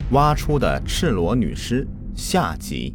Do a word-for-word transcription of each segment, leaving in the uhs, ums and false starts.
挖出的赤裸女尸下集。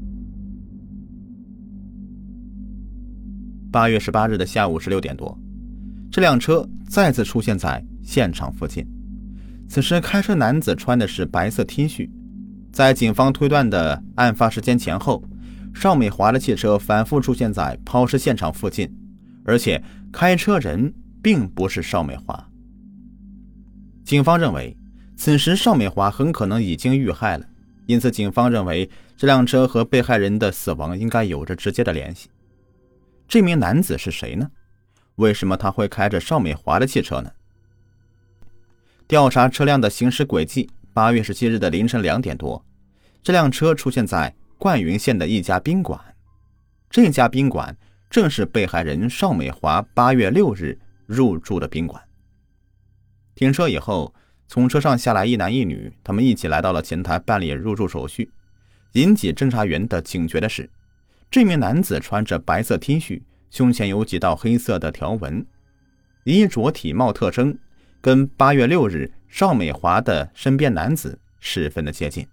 八月十八日的下午十六点多，这辆车再次出现在现场附近。此时开车男子穿的是白色 T 恤，在警方推断的案发时间前后，邵美华的汽车反复出现在抛尸现场附近，而且开车人并不是邵美华。警方认为此时邵美华很可能已经遇害了，因此警方认为这辆车和被害人的死亡应该有着直接的联系。这名男子是谁呢？为什么他会开着邵美华的汽车呢？调查车辆的行驶轨迹，八月十七日的凌晨两点多，这辆车出现在灌云县的一家宾馆。这家宾馆正是被害人邵美华八月六日入住的宾馆。停车以后，从车上下来一男一女，他们一起来到了前台办理入住手续。引起侦查员的警觉的是，这名男子穿着白色 T 恤，胸前有几道黑色的条纹，衣着体貌特征跟八月六日邵美华的身边男子十分的接近。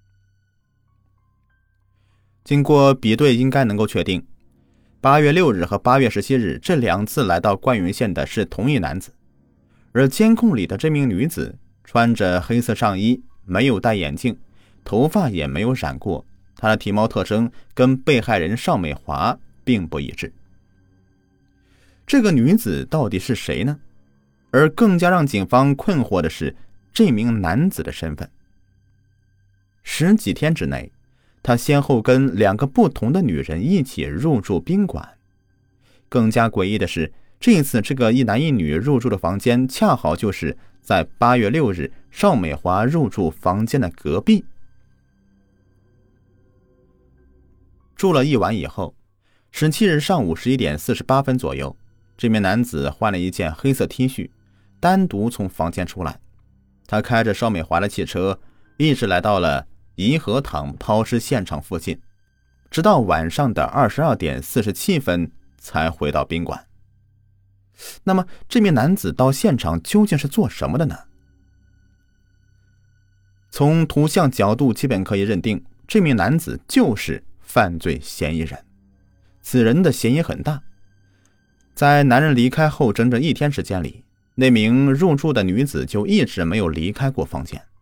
经过比对，应该能够确定八月六日和八月十七日这两次来到灌云县的是同一男子。而监控里的这名女子穿着黑色上衣，没有戴眼镜，头发也没有染过，她的体貌特征跟被害人邵美华并不一致。这个女子到底是谁呢？而更加让警方困惑的是这名男子的身份。十几天之内，他先后跟两个不同的女人一起入住宾馆。更加诡异的是，这一次这个一男一女入住的房间恰好就是在八月六日邵美华入住房间的隔壁。住了一晚以后，十七日上午十一点四十八分左右，这名男子换了一件黑色 T 恤，单独从房间出来。他开着邵美华的汽车一直来到了颐和堂抛尸现场附近，直到晚上的二十二点四十七分才回到宾馆。那么这名男子到现场究竟是做什么的呢？从图像角度基本可以认定，这名男子就是犯罪嫌疑人。此人的嫌疑很大，在男人离开后整整一天时间里，那名入住的女子就一直没有离开过房间。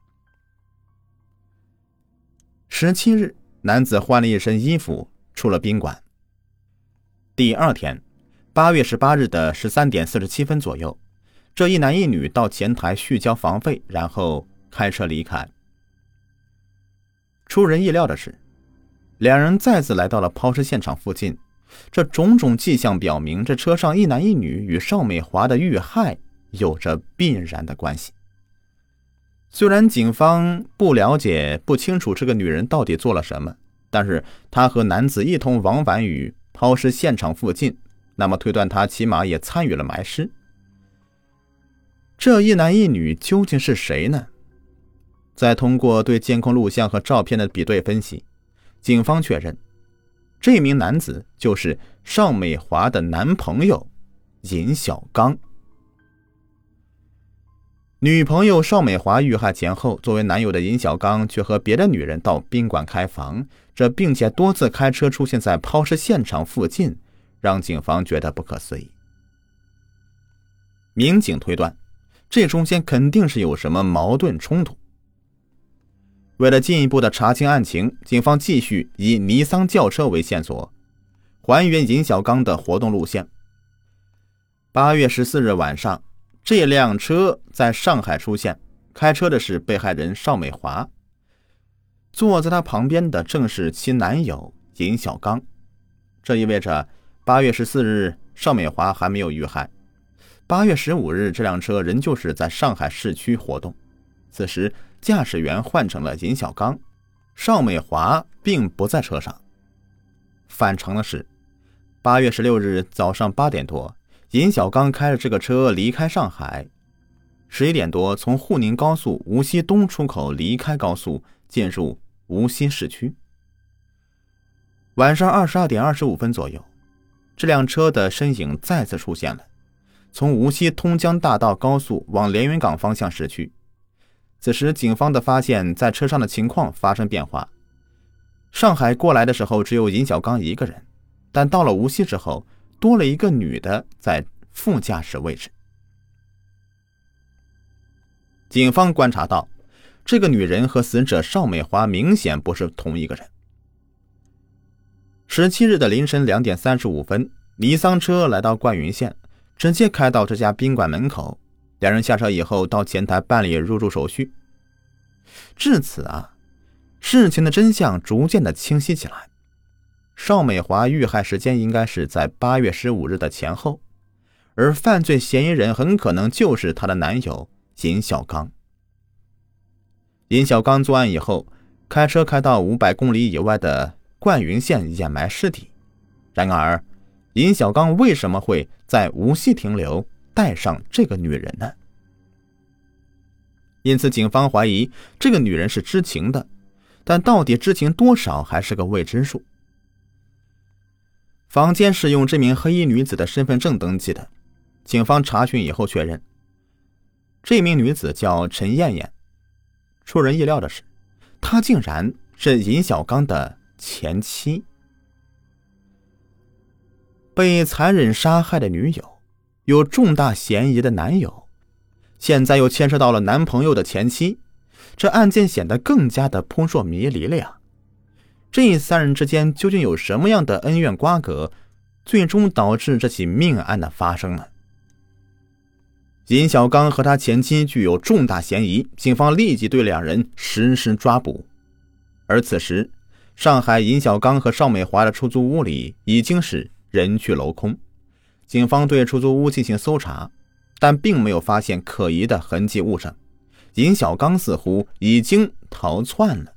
十七日，男子换了一身衣服出了宾馆。第二天八月十八日的十三点四十七分左右，这一男一女到前台续交房费，然后开车离开。出人意料的是，两人再次来到了抛尸现场附近，这种种迹象表明，这车上一男一女与邵美华的遇害有着必然的关系。虽然警方不了解不清楚这个女人到底做了什么，但是她和男子一同往返于抛尸现场附近，那么推断她起码也参与了埋尸。这一男一女究竟是谁呢？再通过对监控录像和照片的比对分析，警方确认这名男子就是邵美华的男朋友尹小刚。女朋友邵美华遇害前后，作为男友的尹小刚却和别的女人到宾馆开房，这并且多次开车出现在抛尸现场附近，让警方觉得不可思议。民警推断，这中间肯定是有什么矛盾冲突。为了进一步的查清案情，警方继续以尼桑轿车为线索，还原尹小刚的活动路线。八月十四日晚上，这辆车在上海出现，开车的是被害人邵美华，坐在她旁边的正是其男友尹小刚。这意味着八月十四日邵美华还没有遇害，八月十五日这辆车仍旧是在上海市区活动。此时驾驶员换成了尹小刚，邵美华并不在车上。反常的是，八月十六日早上八点多，尹小刚开着这个车离开上海，十一点多从沪宁高速无锡东出口离开高速，进入无锡市区。晚上二十二点二十五分左右，这辆车的身影再次出现了，从无锡通江大道高速往连云港方向驶去。 此时警方的发现在车上的情况发生变化。上海过来的时候只有尹小刚一个人，但到了无锡之后多了一个女的在副驾驶位置。警方观察到，这个女人和死者邵美华明显不是同一个人。十七日的凌晨两点三十五分，尼桑车来到灌云县，直接开到这家宾馆门口。两人下车以后到前台办理入住手续。至此啊，事情的真相逐渐的清晰起来。邵美华遇害时间应该是在八月十五日的前后，而犯罪嫌疑人很可能就是她的男友尹小刚。尹小刚作案以后，开车开到五百公里以外的灌云县掩埋尸体。然而，尹小刚为什么会在无锡停留，带上这个女人呢？因此警方怀疑这个女人是知情的，但到底知情多少还是个未知数。房间是用这名黑衣女子的身份证登记的，警方查询以后确认，这名女子叫陈艳艳。出人意料的是，她竟然是尹小刚的前妻。被残忍杀害的女友，有重大嫌疑的男友，现在又牵涉到了男朋友的前妻，这案件显得更加的扑朔迷离了呀。这三人之间究竟有什么样的恩怨瓜葛，最终导致这起命案的发生呢？尹小刚和他前妻具有重大嫌疑，警方立即对两人实施抓捕。而此时，上海尹小刚和邵美华的出租屋里已经是人去楼空，警方对出租屋进行搜查，但并没有发现可疑的痕迹物证，尹小刚似乎已经逃窜了。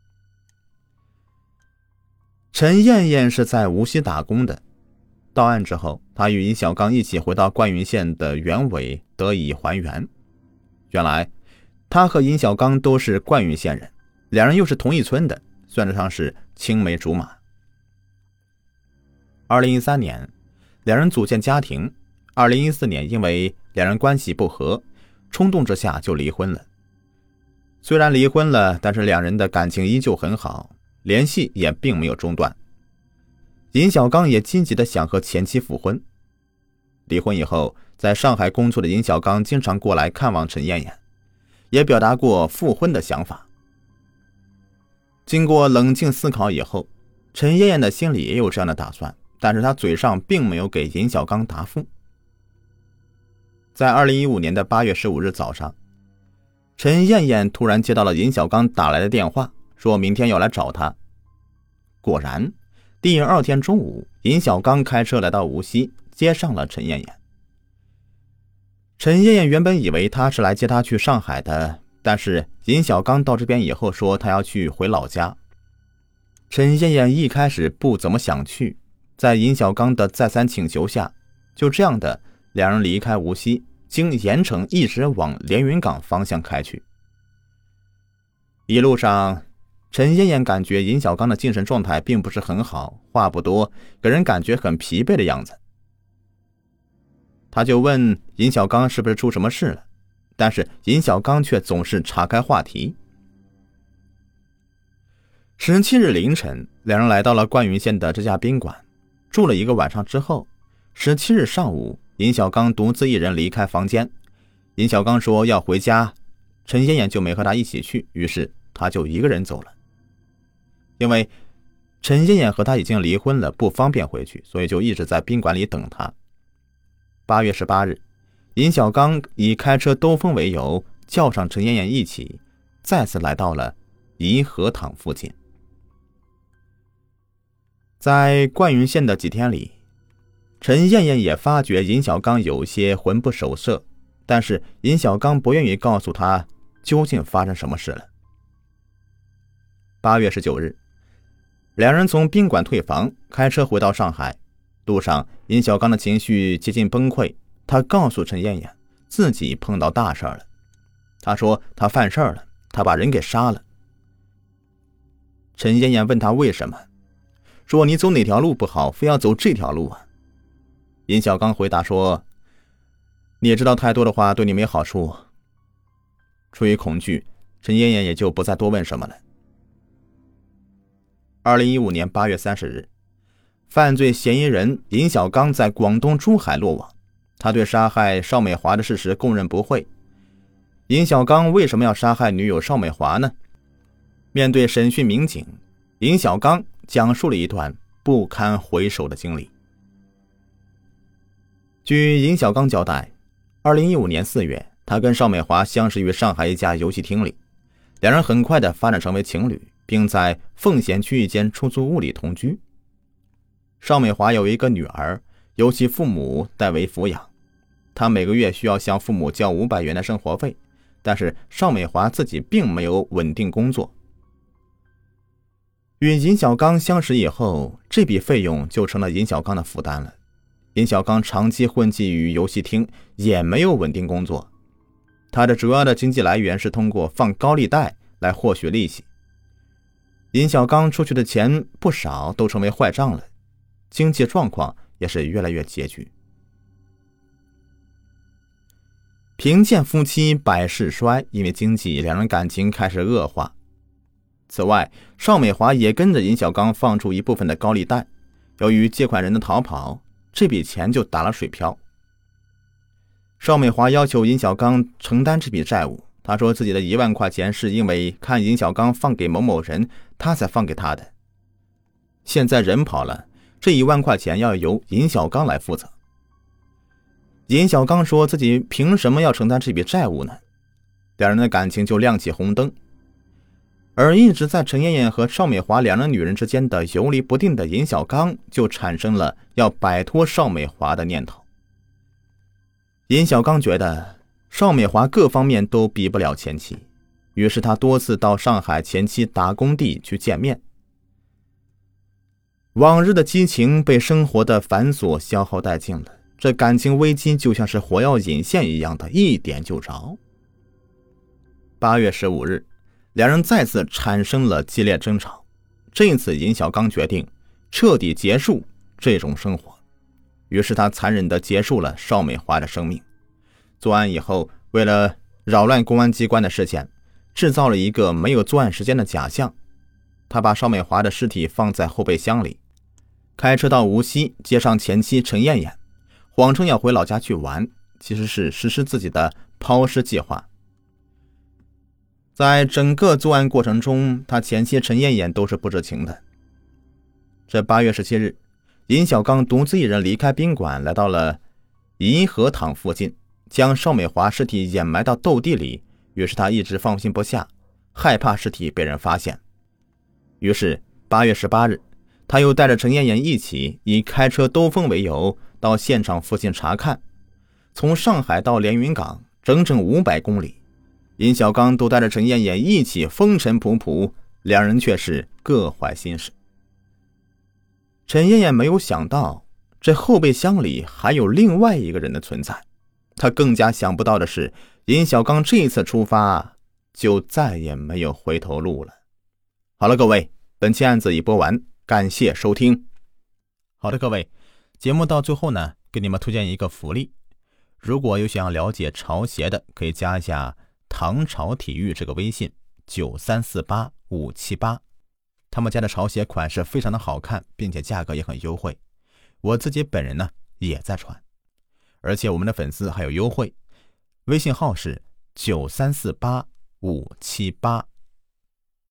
陈艳艳是在无锡打工的，到案之后，她与尹小刚一起回到灌云县的原委得以还原。原来她和尹小刚都是灌云县人，两人又是同一村的，算得上是青梅竹马。二零一三年两人组建家庭，二零一四年因为两人关系不和，冲动之下就离婚了。虽然离婚了，但是两人的感情依旧很好，联系也并没有中断。尹小刚也积极的想和前妻复婚。离婚以后，在上海工作的尹小刚经常过来看望陈艳艳，也表达过复婚的想法。经过冷静思考以后，陈艳艳的心里也有这样的打算，但是她嘴上并没有给尹小刚答复。在二零一五年的八月十五日早上，陈艳艳突然接到了尹小刚打来的电话，说明天要来找她。果然，第二天中午，尹小刚开车来到无锡，接上了陈艳艳。陈艳艳原本以为他是来接她去上海的，但是尹小刚到这边以后说他要去回老家。陈艳艳一开始不怎么想去，在尹小刚的再三请求下，就这样的两人离开无锡，经盐城一直往连云港方向开去。一路上，陈艳艳感觉尹小刚的精神状态并不是很好，话不多，给人感觉很疲惫的样子。他就问尹小刚是不是出什么事了，但是尹小刚却总是岔开话题。十七日凌晨，两人来到了灌云县的这家宾馆，住了一个晚上之后，十七日上午，尹小刚独自一人离开房间。尹小刚说要回家，陈艳艳就没和他一起去，于是他就一个人走了。因为陈艳艳和他已经离婚了，不方便回去，所以就一直在宾馆里等他。八月十八日，尹小刚以开车兜风为由，叫上陈艳艳一起，再次来到了颐和堂附近。在灌云县的几天里，陈艳艳也发觉尹小刚有些魂不守舍，但是尹小刚不愿意告诉他究竟发生什么事了。八月十九日，两人从宾馆退房，开车回到上海。路上，尹小刚的情绪接近崩溃，他告诉陈艳艳自己碰到大事了。他说他犯事了，他把人给杀了。陈艳艳问他为什么，说你走哪条路不好，非要走这条路啊？尹小刚回答说，你也知道太多的话对你没好处。 出于恐惧，陈艳艳也就不再多问什么了。二零一五年八月三十日，犯罪嫌疑人尹小刚在广东珠海落网，他对杀害邵美华的事实供认不讳。尹小刚为什么要杀害女友邵美华呢？面对审讯民警，尹小刚讲述了一段不堪回首的经历。据尹小刚交代，二零一五年四月，他跟邵美华相识于上海一家游戏厅里，两人很快的发展成为情侣，并在奉贤区一间出租屋里同居。邵美华有一个女儿，由其父母代为抚养，她每个月需要向父母交五百元的生活费，但是邵美华自己并没有稳定工作。与尹小刚相识以后，这笔费用就成了尹小刚的负担了。尹小刚长期混迹于游戏厅，也没有稳定工作，他的主要的经济来源是通过放高利贷来获取利息。尹小刚出去的钱不少都成为坏账了，经济状况也是越来越拮据。贫贱夫妻百事衰，因为经济，两人感情开始恶化。此外，邵美华也跟着尹小刚放出一部分的高利贷，由于借款人的逃跑，这笔钱就打了水漂。邵美华要求尹小刚承担这笔债务，他说自己的一万块钱是因为看尹小刚放给某某人，他才放给他的。现在人跑了，这一万块钱要由尹小刚来负责。尹小刚说自己凭什么要承担这笔债务呢？两人的感情就亮起红灯。而一直在陈艳艳和邵美华两人女人之间的游离不定的尹小刚，就产生了要摆脱邵美华的念头。尹小刚觉得邵美华各方面都比不了前妻，于是他多次到上海前妻打工地去见面。往日的激情被生活的繁琐消耗殆尽了，这感情危机就像是火药引线一样的，一点就着。八月十五日，两人再次产生了激烈争吵，这一次尹小刚决定彻底结束这种生活，于是他残忍地结束了邵美华的生命。作案以后，为了扰乱公安机关的视线，制造了一个没有作案时间的假象。他把邵美华的尸体放在后备箱里，开车到无锡接上前妻陈艳艳，谎称要回老家去玩，其实是实施自己的抛尸计划。在整个作案过程中，他前妻陈艳艳都是不知情的。这八月十七日，尹小刚独自一人离开宾馆，来到了颐和堂附近，将邵美华尸体掩埋到斗地里。于是他一直放心不下，害怕尸体被人发现。于是八月十八日，他又带着陈艳艳一起，以开车兜风为由，到现场附近查看。从上海到连云港整整五百公里，尹小刚都带着陈艳艳一起风尘仆仆，两人却是各怀心事。陈艳艳没有想到，这后备箱里还有另外一个人的存在。她更加想不到的是，尹小刚这一次出发就再也没有回头路了。好了，各位，本期案子已播完，感谢收听。好的，各位，节目到最后呢，给你们推荐一个福利。如果有想要了解潮鞋的，可以加一下唐朝体育这个微信九三四八五七八，他们家的潮鞋款式非常的好看，并且价格也很优惠。我自己本人呢也在穿，而且我们的粉丝还有优惠，微信号是九三四八五七八。